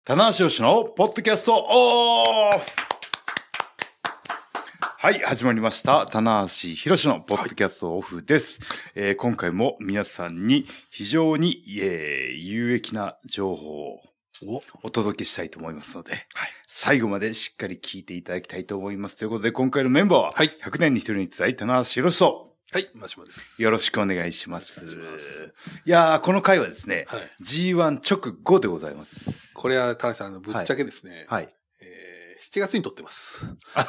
棚橋宏のポッドキャストオフ。はい、始まりました。棚橋宏のポッドキャストオフです。今回も皆さんに非常に、有益な情報をお届けしたいと思いますので、最後までしっかり聞いていただきたいと思います。ということで、今回のメンバーは、100年に一人に伝え、棚橋宏と、 はい、マシモです。 よろしくお願いします。いやー、この回はですね、G1 直後でございます。 これは、田中さん、ぶっちゃけですね、7月に撮ってます。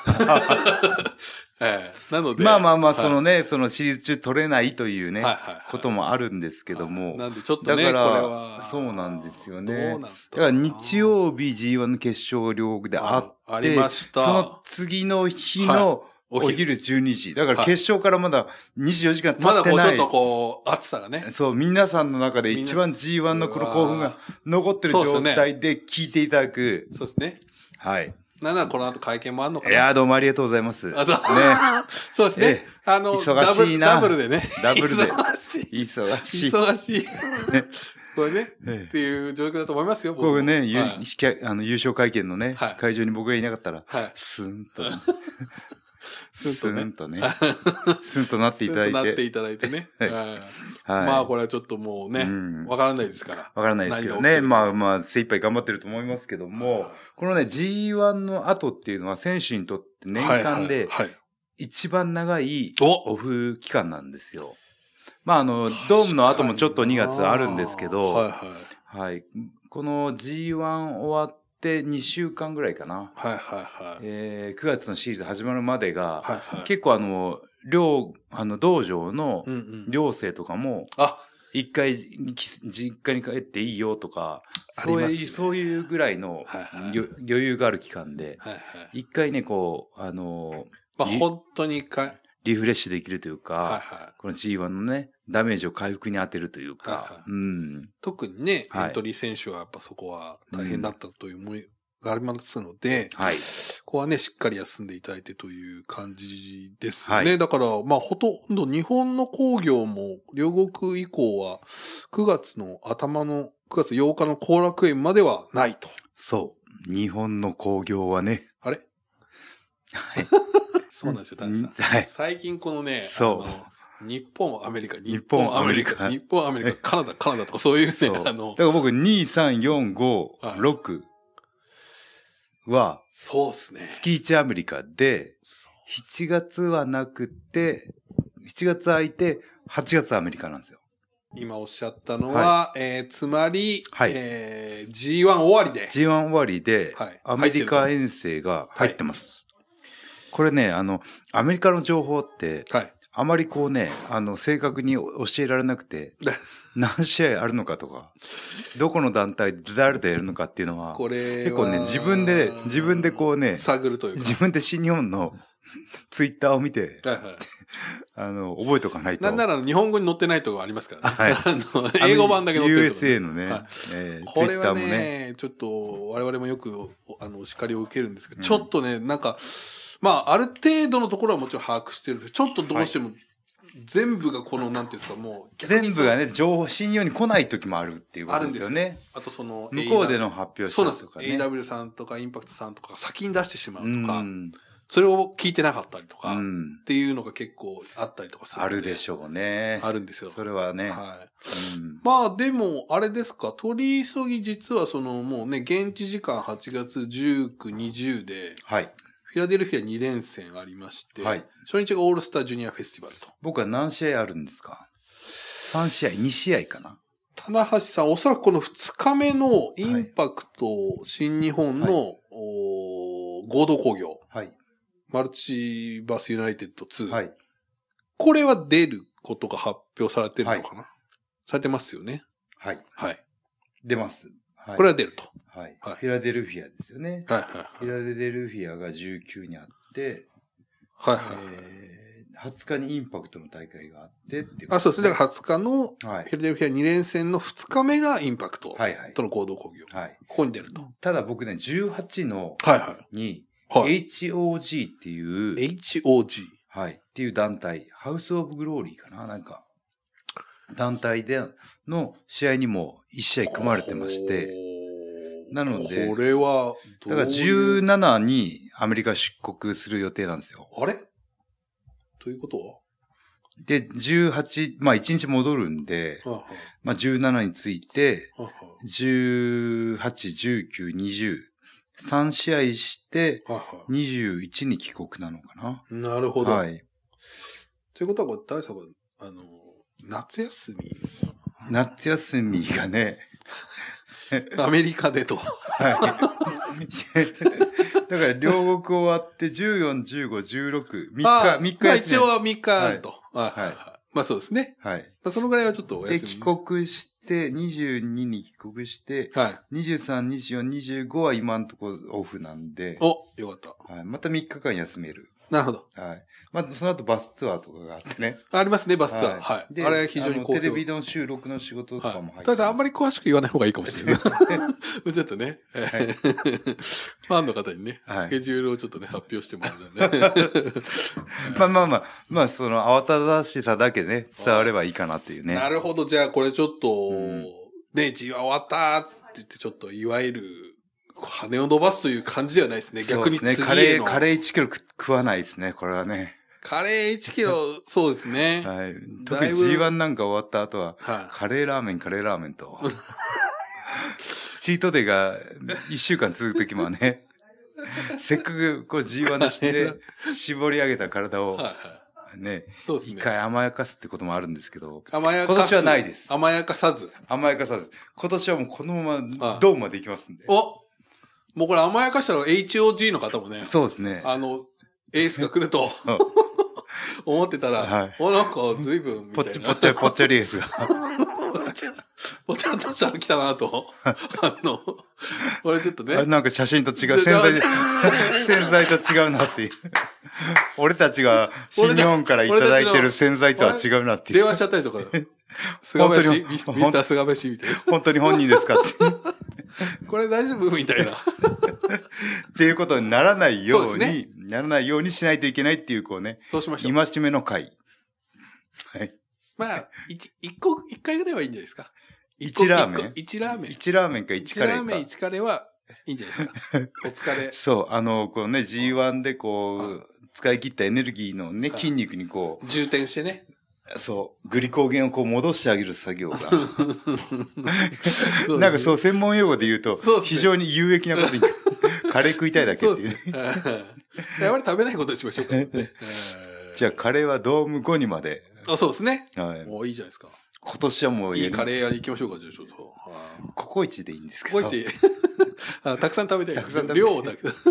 なので。 まあ、そのね、そのシリーズ中撮れないというね、こともあるんですけども。 なんでちょっとね、 だから、 これは。 そうなんですよね。だから日曜日 G1 の決勝両国であって、 ありました。 その次の日の、お昼12時。だから決勝からまだ24時間経ってない。 まだこうちょっとこう、暑さがね。 そう、皆さんの中で一番 G1 のこの興奮が残ってる状態で聞いていただく。 そうですね。 はい。 なんならこの後会見もあんのかな。 いや、どうもありがとうございます。ね。 そうですね。 忙しいな。 ダブルでね。 ダブルで。 忙しい。 忙しい。 これね、っていう状況だと思いますよ、僕も。これね、優勝会見のね、会場に僕がいなかったら、スーンとね。スーンとね。スーンとなっていただいて。 なっていただいてね。まあ、これはちょっともうね、わからないですから。 わからないですけどね。まあ、精一杯頑張ってると思いますけども、このね、G1 の後っていうのは選手にとって年間で一番長いオフ期間なんですよ。まあ、ドームの後もちょっと2月あるんですけど、はい。この G1 終わって2週間ぐらいかな。9月のシリーズ始まるまでが、結構道場の寮生とかも、一回実家に帰っていいよとか、そういうぐらいの余裕がある期間で、一回ね、こう、 本当に一回、 リフレッシュできるというか、この G1 のね、ダメージを回復に当てるというか、 特にね、エントリー選手はやっぱそこは大変だったという思いがありますので、ここはね、しっかり休んでいただいてという感じですよね。だから、まあ、ほとんど日本の工業も、両国以降は、9月8日の後楽園まではないと。 そう。日本の工業はね。 あれそうなんですよ、谷さん。最近このね、日本、アメリカ、カナダとかそういうね、だから僕、2、3、4、5、6は、 そうですね。 月1アメリカで、7月はなくて、7月空いて、8月アメリカなんですよ。 今おっしゃったのは、つまり、G1 終わりで。 G1 終わりで、アメリカ遠征が入ってます。これね、アメリカの情報って、あまりこうね、正確に教えられなくて、何試合あるのかとか、どこの団体で誰とやるのかっていうのは、結構ね、自分でこうね、 探るというか。 自分で新日本のツイッターを見て、覚えておかないと。 なんなら日本語に載ってないとこありますからね。英語版だけ載ってるとこ。 USA のね、 これはね、ちょっと我々もよく、お叱りを受けるんですけど、ちょっとね、なんか、まあ、ある程度のところはもちろん把握してるんですけど、ちょっとどうしても、全部がこの、なんていうんですか、もう、 全部がね、情報、信用に来ない時もあるっていうことですよね。 あと向こうでの発表したとかね。 AW さんとかインパクトさんとか先に出してしまうとか、それを聞いてなかったりとか、っていうのが結構あったりとかする。 あるでしょうね。 あるんですよ。 それはね。 まあでも、あれですか、取り急ぎ実はもうね、現地時間8月19、20で、フィラデルフィア2連戦ありまして、初日がオールスタージュニアフェスティバルと。 僕は何試合あるんですか ?3 試合、2試合かな。 棚橋さん、おそらくこの2日目のインパクト新日本の、合同工業、マルチバースユナイテッド2、これは出ることが発表されてるのかな、されてますよね。 出ます。 これは出ると。 フィラデルフィアですよね。フィラデルフィアが19にあって、20日にインパクトの大会があってっていう。 そうですね。だから20日のフィラデルフィア2連戦の2日目がインパクトとの合同工業。ここに出ると。 ただ僕ね、18のに HOG っていう、 HOG。 っていう団体、ハウスオブグローリーかななんか、団体での試合にも1試合組まれてまして、 なので、 これはだから17にアメリカ出国する予定なんですよ。 あれということはで、18、まあ1日戻るんで、まあ17について、18、19、20、3試合して、21に帰国なのかな。 なるほど。 はい。 ということは、大さんは、夏休みがね、 アメリカでと。はい。 だから両国終わって14、15、16、3日まあ一応は3日あると。はい。まあそうですね。 はい。 まあそのぐらいはちょっとお休み。 で、帰国して、22に帰国して、はい。23、24、25は今のところオフなんで。 お、よかった。 はい。また3日間休める。 なるほど。 はい。まあ、その後バスツアーとかがあってね。 ありますね、バスツアー。はい。 で、 あれ非常にテレビの収録の仕事とかも入ってただあんまり詳しく言わない方がいいかもしれないです。ちょっとね、ファンの方にね、スケジュールをちょっとね、発表してもらうんでね。 まあ、その慌ただしさだけね、伝わればいいかなっていうね。 なるほど。じゃあこれちょっと、ね、G1終わったって言ってちょっといわゆる、羽を伸ばすという感じではないですね。逆に次への。 カレー1キロ食わないですね、これはね。 カレー1キロ、そうですね。 はい。特に G1 なんか終わった後は、カレーラーメンと。チートデーが1週間続くときもね、せっかくこう G1 でして、絞り上げた体を、ね、一回甘やかすってこともあるんですけど、今年はないです。 甘やかさず。 今年はもうこのままドームまで行きますんで。 もうこれ甘やかしたら HOG の方もね。 そうですね。 エースが来ると思ってたら、なんか随分みたいな。 ぽっちゃりエースが。 ぽっちゃりとしたの来たなと。俺ちょっとね。 なんか写真と違う、潜在と違うなっていう。俺たちが新日本からいただいてる潜在とは違うなっていう。 電話しちゃったりとか。菅林ミスター菅林みたいな。 本当に本人ですかって。 これ大丈夫みたいな。 っていうことにならないように、しないといけないっていう、こうね。 そうしましょう。 戒めの会。 はい。まあ、一回ぐらいはいいんじゃないですか。 1ラーメン ?1 ラーメン。 1ラーメンか1カレーか。1ラーメン 1カレーはいいんじゃないですか。お疲れ。 そう、このね、G1 でこう、使い切ったエネルギーのね、筋肉にこう。 充填してね。 そう。グリコーゲンをこう戻してあげる作業が。なんかそう、専門用語で言うと、非常に有益なことに、カレー食いたいだけっていうね。 あまり食べないことにしましょうか。 じゃあカレーはドーム後にまで。 そうですね。 はい。 もういいじゃないですか。 今年はもういいカレー屋に行きましょうか、じゃあちょっと。 ココイチでいいんですけど。 ココイチ。たくさん食べたい。量をたくさん。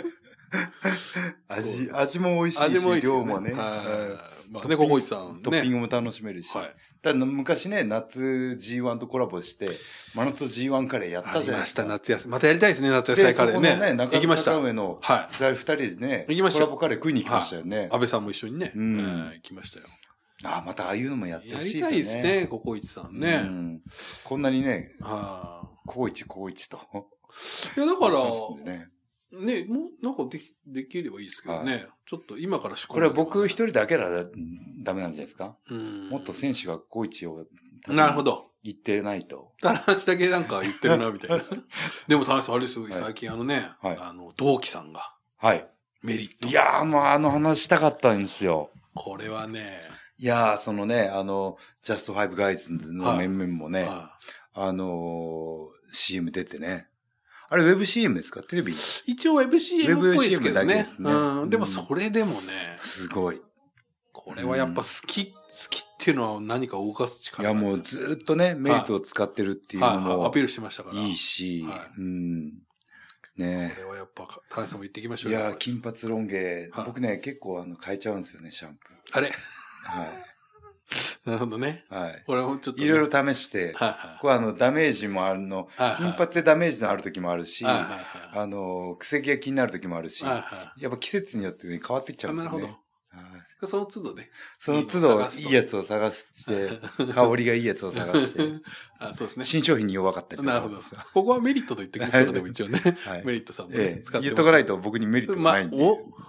味も美味しいし、量もね。 まあね、ココイチさん。 トッピングも楽しめるし。ただ昔ね、夏 G1 とコラボして、真夏 G1 カレーやったじゃないですか。 ありました、夏休み。またやりたいですね、夏野菜カレーね。 行きました。中上の二人でね、 行きました。 コラボカレー食いに行きましたよね。 安倍さんも一緒にね、行きましたよ。 またああいうのもやってほしいですね。 やりたいですね、ココイチさんね。 こんなにね、ココイチと。 いや、だから、ね、もう、なんかできればいいですけどね。ちょっと今からこれは僕一人だけならダメなんじゃないですか。もっと選手がココイチを。 なるほど。 言ってないと。 話だけなんか言ってるな、みたいな。でも、田中さん、あれですよ、最近同期さんが。 はい。 メリット。 いやー、もう話したかったんですよ。 これはね。 いやー、そのね、ジャストファイブガイズの面々もね、CM 出てね。あれ、ウェブ CM ですかテレビ？ 一応ウェブ CM っぽいですけどね。でもそれでもね。 すごい。 これはやっぱ好きっていうのは何か動かす力が。いや、もうずっとね、メリットを使ってるっていうのも。 アピールしてましたから。 いいし、ねこれはやっぱ、田中さんも言ってきましょうよ。 いや、金髪ロン毛。僕ね、結構変えちゃうんですよね、シャンプー。 あれはい。 なるほどね。 はい。 これもちょっと。 いろいろ試して、これダメージもあるの、金髪でダメージのある時もあるし、癖毛が気になる時もあるし、やっぱ季節によってね、変わっていっちゃうんですよね。なるほど。 その都度ね。 その都度いいやつを探して、香りがいいやつを探して。 そうですね。 新商品に弱かったりとか。 なるほど。ここはメリットと言ってきましょうか、でも一応ね。メリットさんも使ってます。 言っとかないと僕にメリットがないんで。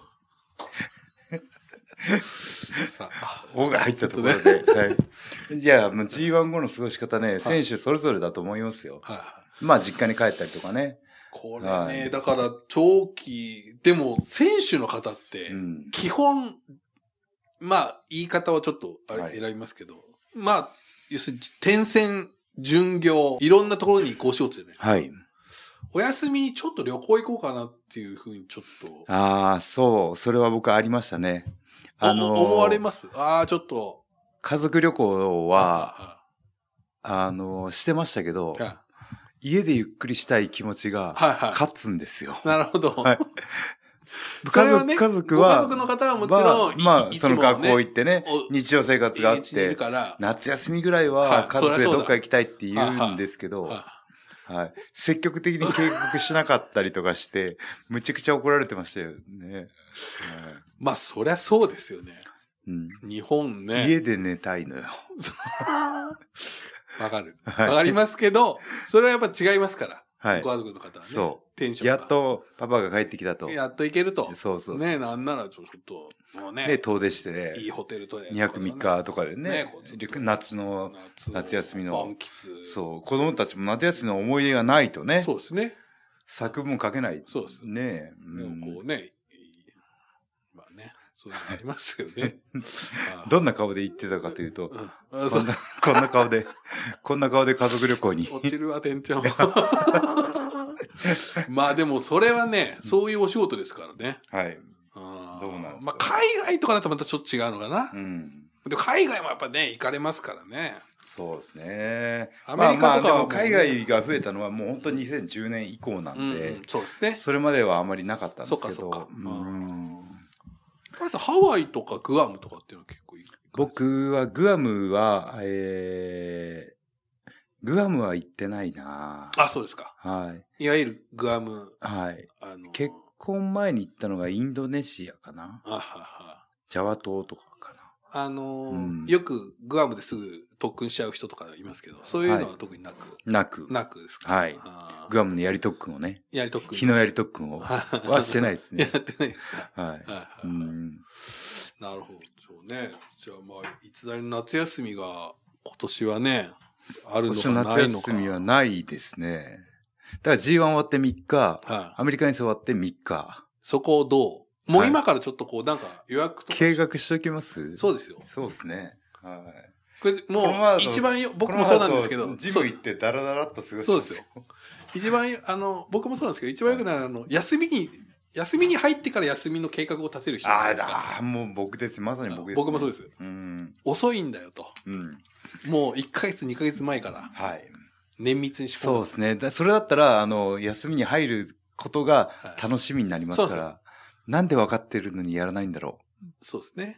さあ、おが入ったところで。はい。じゃあ、G1 後の過ごし方ね、選手それぞれだと思いますよ。 まあ実家に帰ったりとかね。 これね、はい、だから長期、でも選手の方って、基本、まあ言い方はちょっとあれ選びますけど、はい、まあ、要するに転戦、巡業、いろんなところにご仕事じゃないですか。はい。お休みにちょっと旅行行こうかなっていうふうにちょっと。 ああ、そう。それは僕ありましたね。 思われます？ああ、ちょっと。 家族旅行は、してましたけど、家でゆっくりしたい気持ちが勝つんですよ。 はいはい、なるほど。はい、 家族は、 ご家族の方はもちろん、 まあ、その学校行ってね、日常生活があって、夏休みぐらいは家族でどっか行きたいって言うんですけど、はい。積極的に計画しなかったりとかして、むちゃくちゃ怒られてましたよね。はい、 まあ、そりゃそうですよね。うん。日本ね。 家で寝たいのよ。 わかる。わかりますけど、それはやっぱ違いますから。はい。ご家族の方はね。 そう。テンション。やっとパパが帰ってきたと。 やっと行けると。 そうそう。 ね、なんならちょっと、もうね。 で、遠出して、 いいホテルと 2泊3日とかでね。夏休みの。 満喫。 そう。子供たちも夏休みの思い出がないとね。 そうですね。 作文書けない。 そうです。 ね。 でもこうね、まあね。そういうのありますよね。 どんな顔で言ってたかというと、こんな顔で家族旅行に。 落ちるわ、店長。まあでもそれはね、そういうお仕事ですからね。 はい。どうなんですか。 まあ海外とかだとまたちょっと違うのかな。うん。で海外もやっぱね、行かれますからね。 そうですね。アメリカとかは、でも海外が増えたのはもう本当に2010年以降なんで、 そうですね。 それまではあまりなかったんですけど。 そうか。ハワイとかグアムとかっていうのは結構いい。 僕はグアムは、グアムは行ってないな。 あ、そうですか。 はい。 いわゆるグアム。 はい。結婚前に行ったのがインドネシアかな。ジャワ島とかかな。 よくグアムですぐ特訓しちゃう人とかいますけど、そういうのは特になく。 なくですか。 はい。グアムのやり特訓をね。日のやり特訓を。はしてないですね。 やってないですか。 はい。 なるほど。そうね。じゃあまあ、逸材の夏休みが今年はね、あるのかないのか。 夏休みはないですね。だから G1 終わって3日、アメリカに終わって3日。 そこをどうもう今からちょっとこうなんか予約とか。 計画しておきます？ そうですよ。 そうですね。はい。 これもう一番僕もそうなんですけど。 ジム行ってダラダラっと過ごします。 そうですよ。一番、僕もそうなんですけど、一番よくなる休みに入ってから休みの計画を立てる人。 もう僕です。まさに僕です、 僕もそうです。遅いんだよと。もう1ヶ月、2ヶ月前から。 はい。 綿密に仕込む。そうですね。それだったら、休みに入ることが楽しみになりますから。なんで分かってるのにやらないんだろう。そうですね。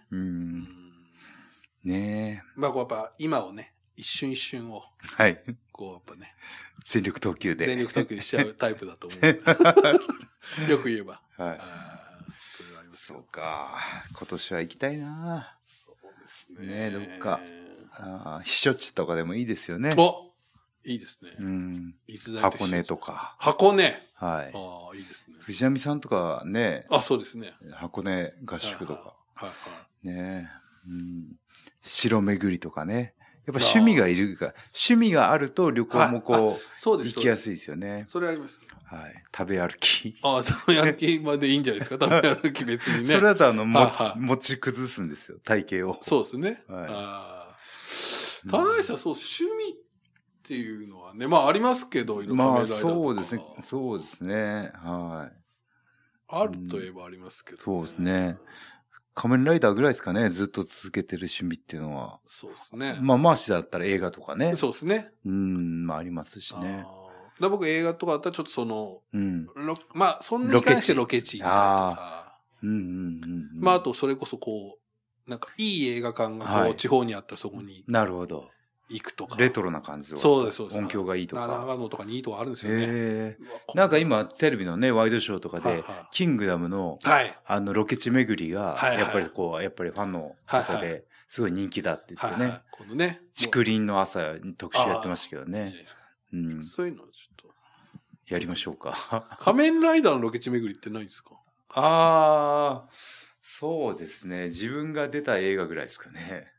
ねえ。 まあ、やっぱ今をね、一瞬一瞬を。 はい。 こうやっぱね。 全力投球で。 全力投球しちゃうタイプだと思う。よく言えば。 はい。そうか。今年は行きたいな。 そうですね。 どっか。避暑地とかでもいいですよね。 いいですね。 箱根とか。 箱根。 はい。 いいですね。 藤波さんとかね。 そうですね。 箱根合宿とか。ね城巡りとかね。やっぱ趣味がいるから、趣味があると旅行も行きやすいですよね。 それあります。 はい。食べ歩き。 食べ歩きまでいいんじゃないですか。食べ歩き別にね。 それだと持ち崩すんですよ。体型を。 そうですね。田中さん、趣味っていうのはね、まあありますけど、いろんな仮面ライダーとか。 そうですね。はい。 あるといえばありますけど。 そうですね。仮面ライダーぐらいですかね、ずっと続けてる趣味っていうのは。 そうですね。 まあ、マーシだったら映画とかね。 そうですね。 まあありますしね。 僕映画とかだったらちょっとまあ、そんなに関してロケ地とか。まあ、あとそれこそなんかいい映画館が地方にあったらそこに。 なるほど。 行くとか。 レトロな感じは。 そうです。 音響がいいとか。 長野とかにいいとこあるんですよね。 なんか今、テレビのね、ワイドショーとかで、キングダムの、ロケ地巡りが、やっぱりファンの方で、すごい人気だって言ってね。 このね。 竹林の朝に特集やってましたけどね。 そういうのちょっと。 やりましょうか。 仮面ライダーのロケ地巡りってないんですか？ そうですね。自分が出た映画ぐらいですかね。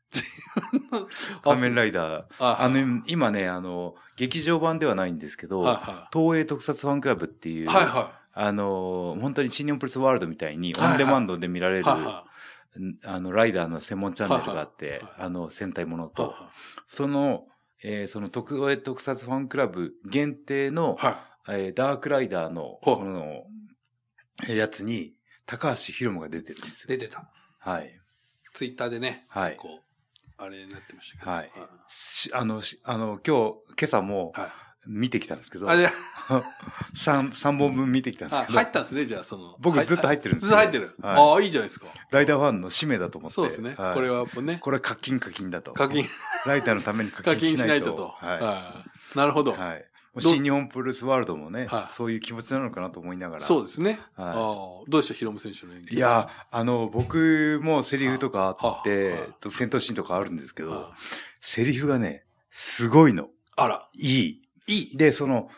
仮面ライダー。今ね、劇場版ではないんですけど、東映特撮ファンクラブっていう、本当に新日本プロレスワールドみたいにオンデマンドで見られる、ライダーの専門チャンネルがあって、戦隊ものと、その東映特撮ファンクラブ限定の、ダークライダーの、この、やつに、高橋宏夢が出てるんですよ。 出てた。 はい。 ツイッターでね、 はい。 こう、あれになってましたけど。 はい。今朝も、見てきたんですけど、3本分見てきたんですけど。 入ったんですね、じゃあ僕ずっと入ってるんですよ。ずっと入ってる。ああ、いいじゃないですか。 ライダーファンの使命だと思って。 そうですね。これはね。 これ課金だと。 課金。 ライダーのために課金しないと。 はい。なるほど。 はい。新日本プロレスワールドもね、そういう気持ちなのかなと思いながら。 そうですね。どうでした、ヒロム選手の演技？ いや、僕もセリフとかあって、戦闘シーンとかあるんですけど、セリフがね、すごいの。 あら。 いい。で、その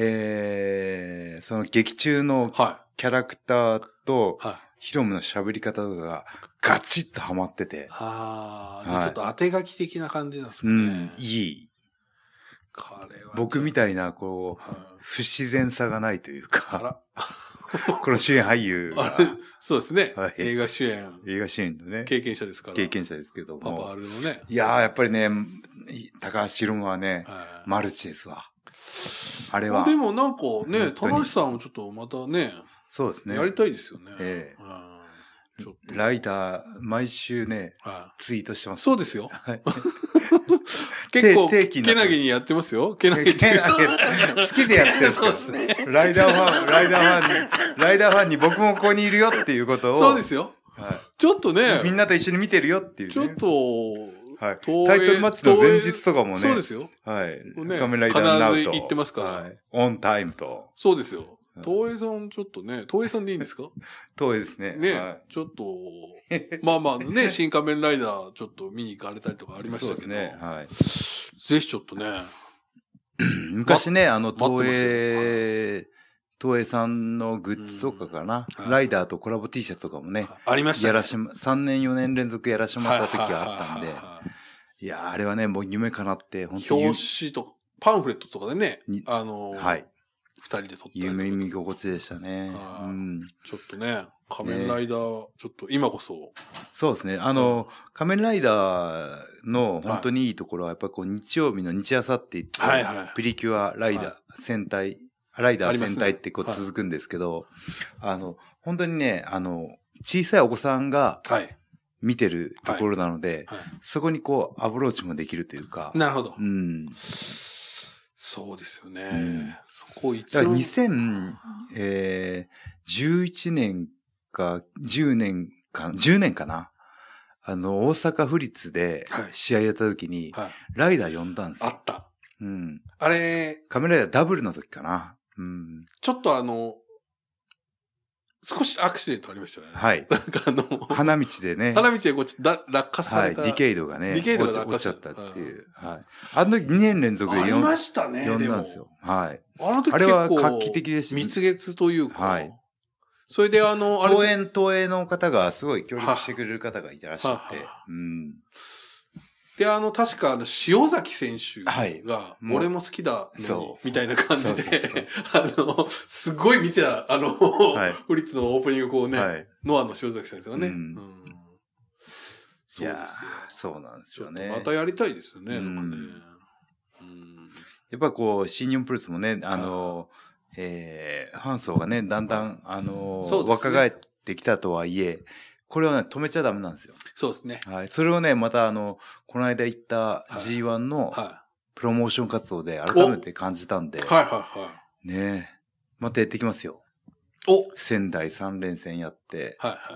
劇中のキャラクターと、ヒロムの喋り方とかがガチッとハマってて。 ちょっと当て書き的な感じなんですかね。 いい。僕みたいな、不自然さがないというか、この主演俳優が。 そうですね。映画主演のね。 経験者ですから。 経験者ですけども。 パパあるのね。 いやー、やっぱりね、高橋宏夢はね、マルチですわ。あれは。 でもなんかね、田無さんもちょっとまたね、 そうですね。 やりたいですよね。 ライダー、毎週ね、ツイートしてます。 そうですよ。結構、けなげにやってますよ。けなげって好きでやってるんですそうですね。 ライダーファンに僕もここにいるよっていうことを。 そうですよ。ちょっとね。 みんなと一緒に見てるよっていう。 ちょっと、 タイトルマッチの前日とかもね。 そうですよ。 はい。仮面ライダーナウト。 必ず言ってますから。 オンタイムと。 そうですよ。東映さんちょっとね、東映さんでいいんですか？ 東映ですね。 ね、ちょっと、まあまあね、新仮面ライダーちょっと見に行かれたりとかありましたけど。そうですね、はい。ぜひちょっとね。 昔ね、東映さんのグッズとかかな。ライダーとコラボ T シャツとかもね。 ありましたね。 3年4年連続やらしてもらった時があったんで。いや、あれはね、もう夢叶って、 本当に。表紙と、パンフレットとかでね、 はい。 二人で撮った夢見心地でしたね。 ちょっとね、仮面ライダー、ちょっと今こそ。 そうですね。仮面ライダーの本当にいいところは、やっぱり日曜日の日朝って言って、プリキュア、ライダー、戦隊、ライダー戦隊って続くんですけど、本当にね、小さいお子さんが、見てるところなので、そこにアプローチもできるというか。 なるほど。そうですよね。そこいつだから2011年か10年かな。大阪府立で試合やった時に、ライダー呼んだんですよ。 あった。 うん。 あれ、 仮面ライダーダブルの時かな。うん。 ちょっと少しアクシデントありましたよね。 はい。 なんか花道でね。 花道で落下された。 はい。ディケイドがね。 ディケイドが落ちちゃったっていう。はい。あの時2年連続でありましたね、 呼んだんですよ。はい。 あの時あれは画期的でした。 蜜月というか。 はい。 それで東映の方がすごい協力してくれる方がいらっしゃって。うん。 で、確か、塩崎選手が、俺も好きだのに、みたいな感じで、すごい見てた、フリッツのオープニングノアの塩崎選手がね。そうですよ。 そうなんですよね。 またやりたいですよね、 やっぱ新日本プロレスもね、ファン層がね、だんだん、若返ってきたとはいえ、これはね、止めちゃダメなんですよ。 そうですね。 はい。それをね、またこの間行った G1 のプロモーション活動で改めて感じたんで。ねえ。またやってきますよ。仙台3連戦やって。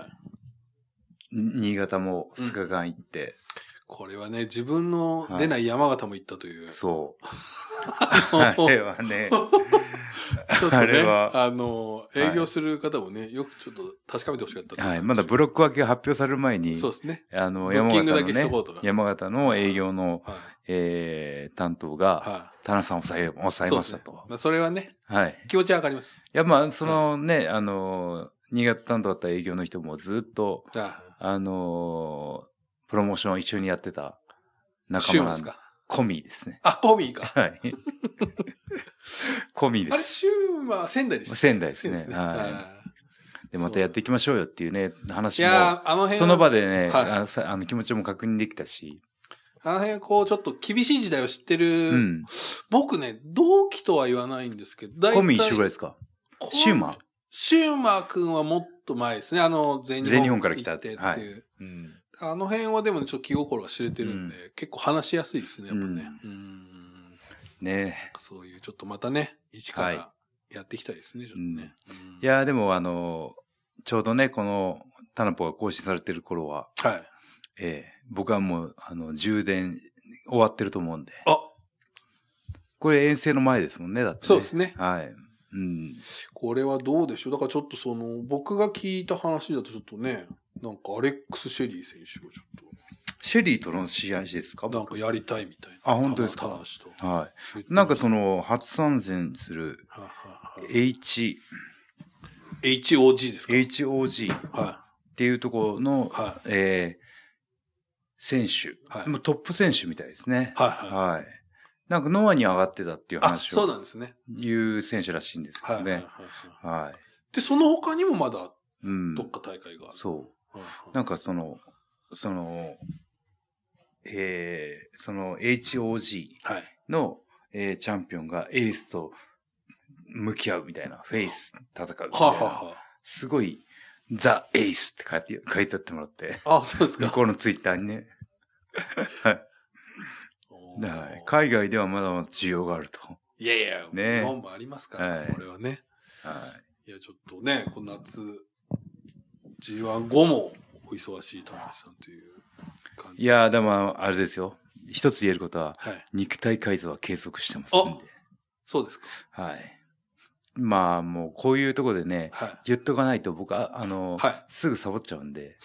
新潟も2日間行って。 これはね、自分の出ない山形も行ったという。 そう。あれはね。 ちょっとね、営業する方もね、よくちょっと確かめてほしかった。 はい。まだブロック分けが発表される前に、 そうですね。 山形の営業の、担当が、田中さんを抑えましたと。 それはね、 はい。 気持ちはわかります。 いや、まあ、新潟担当だった営業の人もずっと、 プロモーションを一緒にやってた仲間なんですか？コミーですね。 あ、コミーか。 はい。コミーです。 あれ、シューマ仙台でした？ 仙台ですね。はい。で、またやっていきましょうよっていうね、話も。いや、 あの辺その場でね、気持ちも確認できたし。 あの辺、こう、ちょっと厳しい時代を知ってる。うん、僕ね、同期とは言わないんですけど、 コミー一緒ぐらいですか？シューマー？ シューマーくんはもっと前ですね。全日本から来たっていう。はい。うん、あの辺はでもちょっと気心が知れてるんで、結構話しやすいですね、やっぱね。 ねえ。 そういう、ちょっとまたね、一からやっていきたいですね、ちょっとね。 いや、でもちょうどね、このタナポが更新されてる頃は、はい。僕はもう、充電終わってると思うんで。あ、これ遠征の前ですもんね、だってね。 そうですね。 はい。うん。 これはどうでしょう。だからちょっと僕が聞いた話だとちょっとね、なんかアレックス・シェリー選手がちょっと。 シェリーとの試合ですか？ なんかやりたいみたいな。 あ、本当ですか？はい。なんか初参戦する、HOG ですか？ HOG っていうところの、選手、トップ選手みたいですね。はい。なんかノアに上がってたっていう話を。 そうなんですね。 いう選手らしいんですけどね。はい。 で、その他にもまだ、どっか大会がある。 そう。なんかHOG の、チャンピオンがエースと向き合うみたいな、フェイス戦うみたいな。すごい、ザ・エースって書いてあってもらって。 あ、そうですか。 向こうのツイッターにね。はい。海外ではまだまだ需要があると。 いやいや、ね、日本もありますから、これはね。はい。いや、ちょっとね、この夏、G1 後もお忙しい田中さんという感じ。 いや、でもあれですよ。一つ言えることは、肉体改造は継続してますんで。 そうですか。 はい。まあ、もうこういうところでね、言っとかないと僕は、すぐサボっちゃうんで。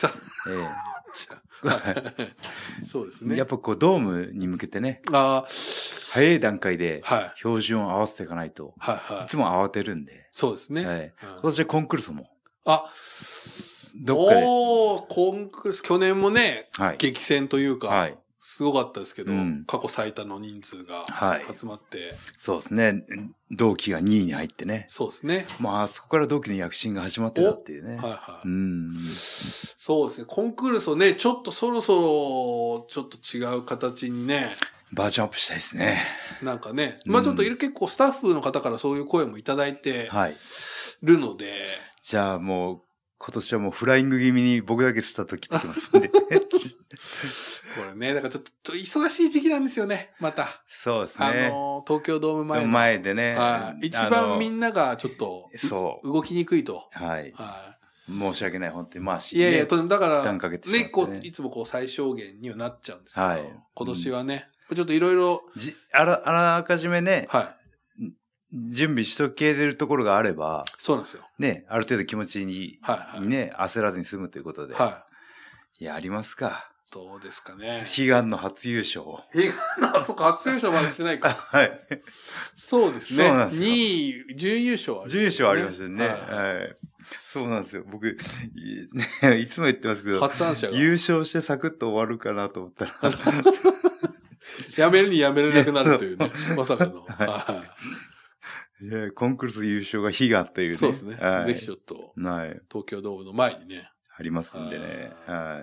そうですね。 やっぱこうドームに向けてね、早い段階で標準を合わせていかないと、いつも慌てるんで。 そうですね。 今年はコンクルールも。 どっかで。コンクルール、去年もね、激戦というか、すごかったですけど、過去最多の人数が集まって。 そうですね。同期が2位に入ってね。 そうですね。 まあ、そこから同期の躍進が始まってたっていうね。 そうですね。コンクールスをね、ちょっとそろそろ、ちょっと違う形にね。 バージョンアップしたいですね。 なんかね。まあちょっと結構スタッフの方からそういう声もいただいてるので。 じゃあもう、今年はもうフライング気味に僕だけスタート切ってきますんで。これね、だからちょっと忙しい時期なんですよね、また。 そうですね。 東京ドーム前でね。 一番みんながちょっと、動きにくいと。 はい。申し訳ない、本当に。まあ、 いやいや、だから、ね、こう、いつもこう最小限にはなっちゃうんですけど、今年はね、ちょっといろいろ。 あらかじめね、準備しとけれるところがあれば、 そうなんですよ。 ね、ある程度気持ちにね、焦らずに済むということで。いや、ありますか。 どうですかね。 悲願の初優勝。 そっか、初優勝までしてないか。 はい。 そうですね。2位、準優勝ありましたね。 準優勝ありましたね。はい。そうなんですよ。僕、いつも言ってますけど、 発案者が優勝してサクッと終わるかなと思ったら。 やめるにやめれなくなるというね。まさかの。 いや、コンクールス優勝が悲願というね。 そうですね。ぜひちょっと、東京ドームの前にね。 ありますんでね。はい。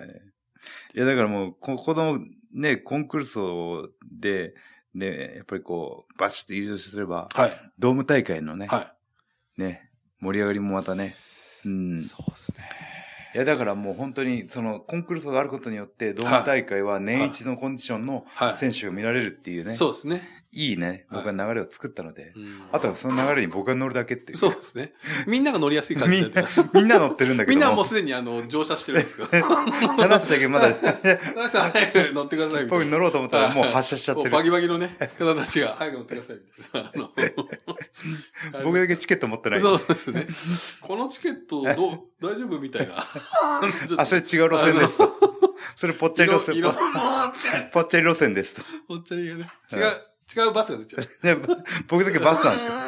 いや、だからもう、このね、コンクールスで、ね、やっぱりこう、バシッと優勝すれば、ドーム大会のね、ね、盛り上がりもまたね、 そうですね。 いや、だからもう本当に、コンクールスがあることによって、ドーム大会は年一のコンディションの選手が見られるっていうね。 そうですね。 いいね、僕は流れを作ったので、あとはその流れに僕が乗るだけっていう。 そうですね。みんなが乗りやすい感じで。 みんな乗ってるんだけど。 みんなもうすでに乗車してるんですけど。 話だけまだ。 田中さん早く乗ってくださいみたいな。 僕乗ろうと思ったらもう発車しちゃってる。 バキバキのね、方たちが早く乗ってくださいみたいな。僕だけチケット持ってない。 そうですね。このチケット大丈夫みたいな。 あ、それ違う路線です。それぽっちゃり路線。ぽっちゃり路線です。 ぽっちゃりがね。違うバスが出ちゃう。 僕だけバスなんです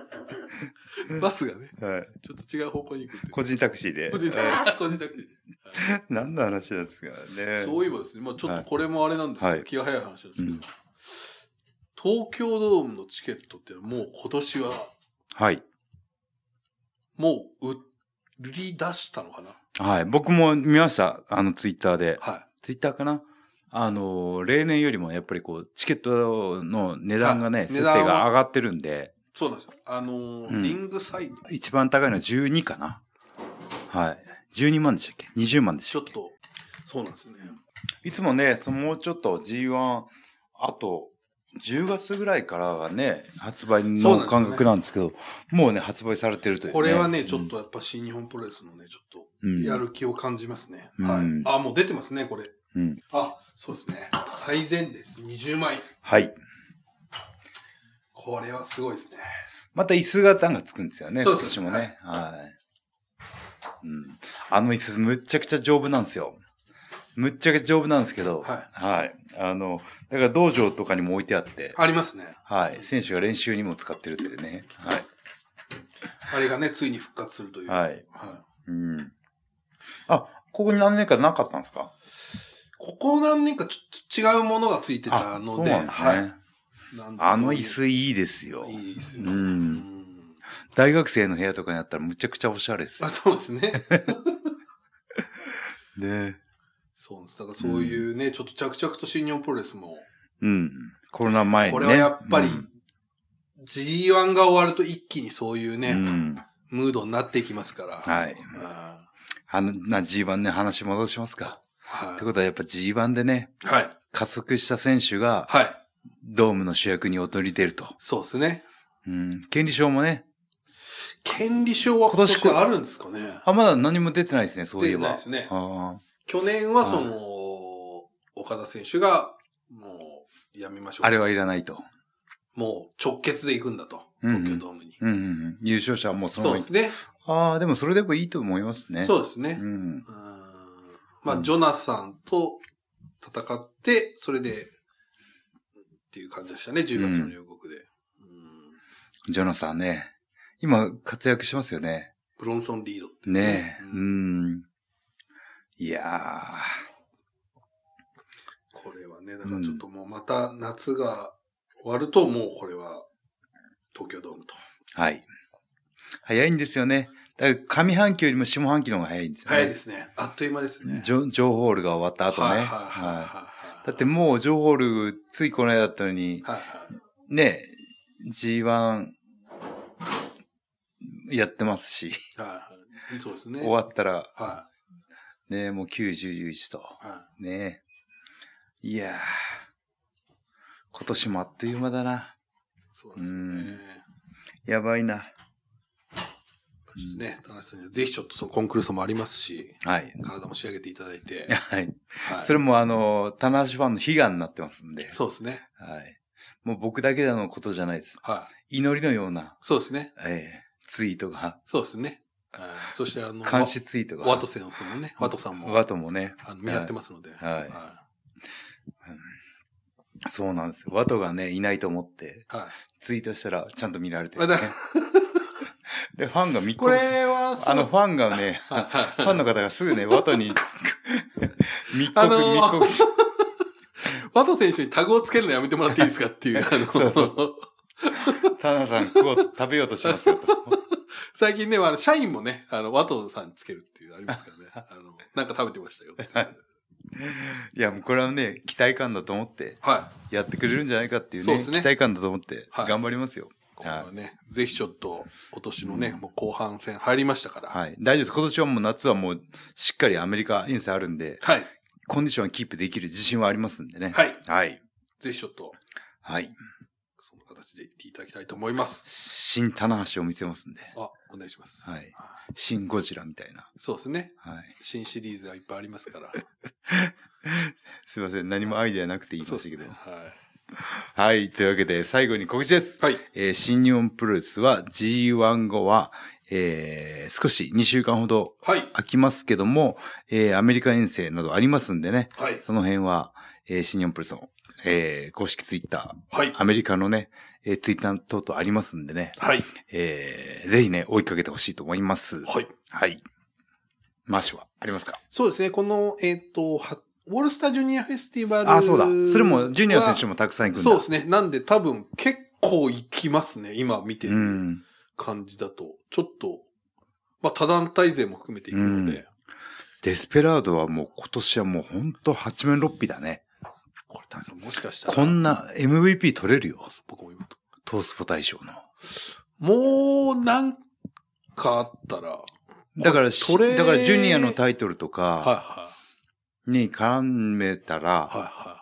かバスがね。ちょっと違う方向に行く。 個人タクシーで。 個人タクシー。 何の話なんですかね。 そういえばですね、まあちょっとこれもあれなんですけど、気が早い話なんですけど、東京ドームのチケットってもう今年は、 はい。 もう売り出したのかな？ はい。僕も見ました。ツイッターで。 はい。 ツイッターかな？例年よりもやっぱりこう、チケットの値段がね、設定が上がってるんで。 そうなんですよ。リングサイド。 一番高いのは12かな。はい。12万でしたっけ ?20 万でしたっけ？ ちょっと、そうなんですね。 いつもね、もうちょっと G1、あと、10月ぐらいからがね、発売の感覚なんですけど、もうね、発売されてるというね。 これはね、ちょっとやっぱ新日本プロレスのね、ちょっと、やる気を感じますね。はい。あ、もう出てますね、これ。あ、そうですね。最前列20万円。はい。これはすごいですね。 また椅子がつくんですよね、今年もね。はい。椅子むっちゃくちゃ丈夫なんですよ。むっちゃくちゃ丈夫なんですけど、はい。だから道場とかにも置いてあって。 ありますね。 はい。選手が練習にも使ってるというね。はい。 あれがね、ついに復活するという。はい。 ここに何年かなかったんですか？ ここ何年かちょっと違うものがついてたので、はい。 椅子いいですよ。 いいですよ。 大学生の部屋とかにあったらむちゃくちゃおしゃれですよ。 あ、そうですね。 ね。 そうです。だからそういうね、ちょっと着々と新日本プロレスも。 コロナ前にね。 これはやっぱり、G1 が終わると一気にそういうね、ムードになっていきますから。 はい。G1 ね、話戻しますか。はい。ってことはやっぱ G1 でね、はい。加速した選手が、はい。ドームの主役に躍り出ると。 そうですね。 権利賞もね。 権利賞は今年あるんですかね。 まだ何も出てないですね、そういえば。 出てないですね。去年は岡田選手が、もう、やめましょう。 あれはいらないと。 もう、直結で行くんだと。東京ドームに。 優勝者はもうそのそうですね。 でもそれでもいいと思いますね。 そうですね。まあ、ジョナサンと戦って、それで、っていう感じでしたね、10月の両国で。 ジョナサンね。今、活躍しますよね。 ブロンソンリードってね。いやー。 これはね、だからちょっともうまた夏が終わるともうこれは東京ドームと。 はい。早いんですよね。だから上半期よりも下半期の方が早いんですよね。 早いですね。あっという間ですね。 ジョホールが終わった後ね。だってもうジョホールついこの間だったのに、ね、G1 やってますし。 そうですね。 終わったら、ね、もう90、11と。ね。いやー。今年もあっという間だな。 そうですね。 やばいな。 ね、田中さんにはぜひちょっとそのコンクルールもありますし、 はい。 体も仕上げていただいて。 はい。それも棚橋ファンの悲願になってますんで。 そうですね。 はい。もう僕だけのことじゃないです。はい。祈りのような。 そうですね。 ツイートが。 そうですね。そして監視ツイートが。 ワトセンスもね、ワトさんも。 ワトもね。 見張ってますので。はい。 そうなんですよ。ワトがね、いないと思って、ツイートしたらちゃんと見られてる、ね。で、ファンが密告。 これはファンがね、ファンの方がすぐね、ワトに密告。 ワト選手にタグをつけるのやめてもらっていいですかっていう、 タナさん、食べようとしますよと。 最近ね、社員もね、ワトさんつけるっていうのありますからね。なんか食べてましたよって。 いや、もうこれはね、期待感だと思って、やってくれるんじゃないかっていうね、期待感だと思って、頑張りますよ。 これはね、ぜひちょっと、今年のね、もう後半戦入りましたから。 はい。大丈夫です。今年はもう夏はもう、しっかりアメリカ遠征あるんで、はい。コンディションはキープできる自信はありますんでね。 はい。 はい。 ぜひちょっと。 はい。 その形で言っていただきたいと思います。 新棚橋を見せますんで。 お願いします。 はい。新ゴジラみたいな。 そうですね。 はい。 新シリーズがいっぱいありますから。 すいません。何もアイデアなくて言いましたけど。はい。はい。というわけで、最後に告知です。はい。新日本プロレスは G1 後は、少し2週間ほど空きますけども、アメリカ遠征などありますんでね。はい。その辺は、新日本プロレスの、公式ツイッター。はい。アメリカのね、ツイッター等々ありますんでね。はい。ぜひね、追いかけてほしいと思います。はい。はい。 マッシュはありますか？ そうですね。この、オールスタージュニアフェスティバル。 あ、そうだ。それも、ジュニア選手もたくさん行くんだ。 そうですね。なんで多分結構行きますね。今見てる感じだと。ちょっと、まあ、他団体勢も含めていくので。 デスペラードはもう今年はもうほんと八面六臂だね。 これ、もしかしたら。 こんな MVP 取れるよ。 僕も今と。 トースポ大賞の。 もう、なんかあったら。 だからジュニアのタイトルとか、 はいはい。 に絡めたら、 はいはい。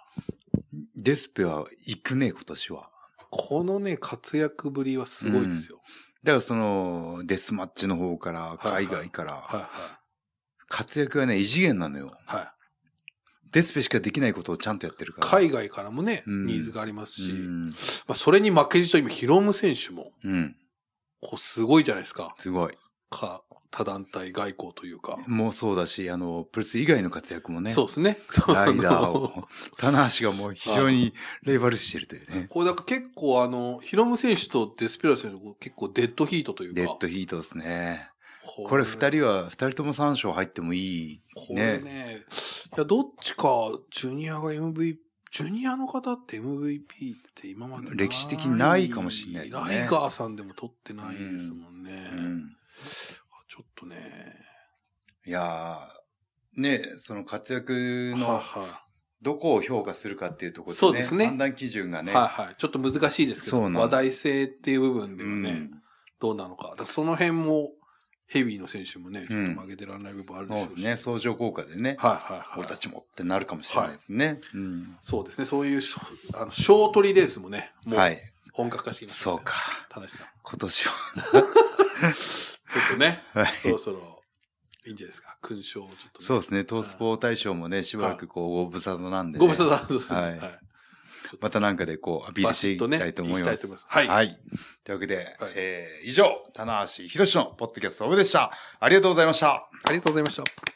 デスペは行くね、今年は。 このね、活躍ぶりはすごいですよ。 だからその、デスマッチの方から、海外から、活躍はね、異次元なのよ。はい。デスペしかできないことをちゃんとやってるから。 海外からもね、ニーズがありますし、まあ、それに負けじと今、ヒロム選手も、こうすごいじゃないですか。 すごい。 他団体外交というか。 もうそうだし、プレス以外の活躍もね。 そうですね。 ライダーを。棚橋がもう非常にレイバルしてるというね。 これだから結構ヒロム選手とデスペラ選手結構デッドヒートというか。 デッドヒートですね。これ二人とも3勝入ってもいい。 これね。いや、どっちか、ジュニアが MVP、ジュニアの方って MVP って今まで歴史的にないかもしれないですね。 ライガーさんでも取ってないですもんね。ちょっとね。 いやー、ね、その活躍の、どこを評価するかっていうところでね。 そうですね。 判断基準がね。 はいはい。ちょっと難しいですけど、話題性っていう部分ではね、どうなのか。だからその辺も、ヘビーの選手もね、ちょっと曲げてられない部分あるでしょうし。 そうね、相乗効果でね。 はいはいはい。 俺たちもってなるかもしれないですね。 そうですね、そういうショートリレースもね、もう本格化してきました、 そうか。 田無さん。 今年は。 ちょっとね、そろそろ、いいんじゃないですか。勲章をちょっと、ね。 そうですね。トースポー大賞もね、しばらくご無沙汰なんで、 ご無沙汰ですね。 はい。またなんかでアピールしていきたいと思います。はい。はい。というわけで、以上、棚橋宏のポッドキャストオブでした。ありがとうございました。 ありがとうございました。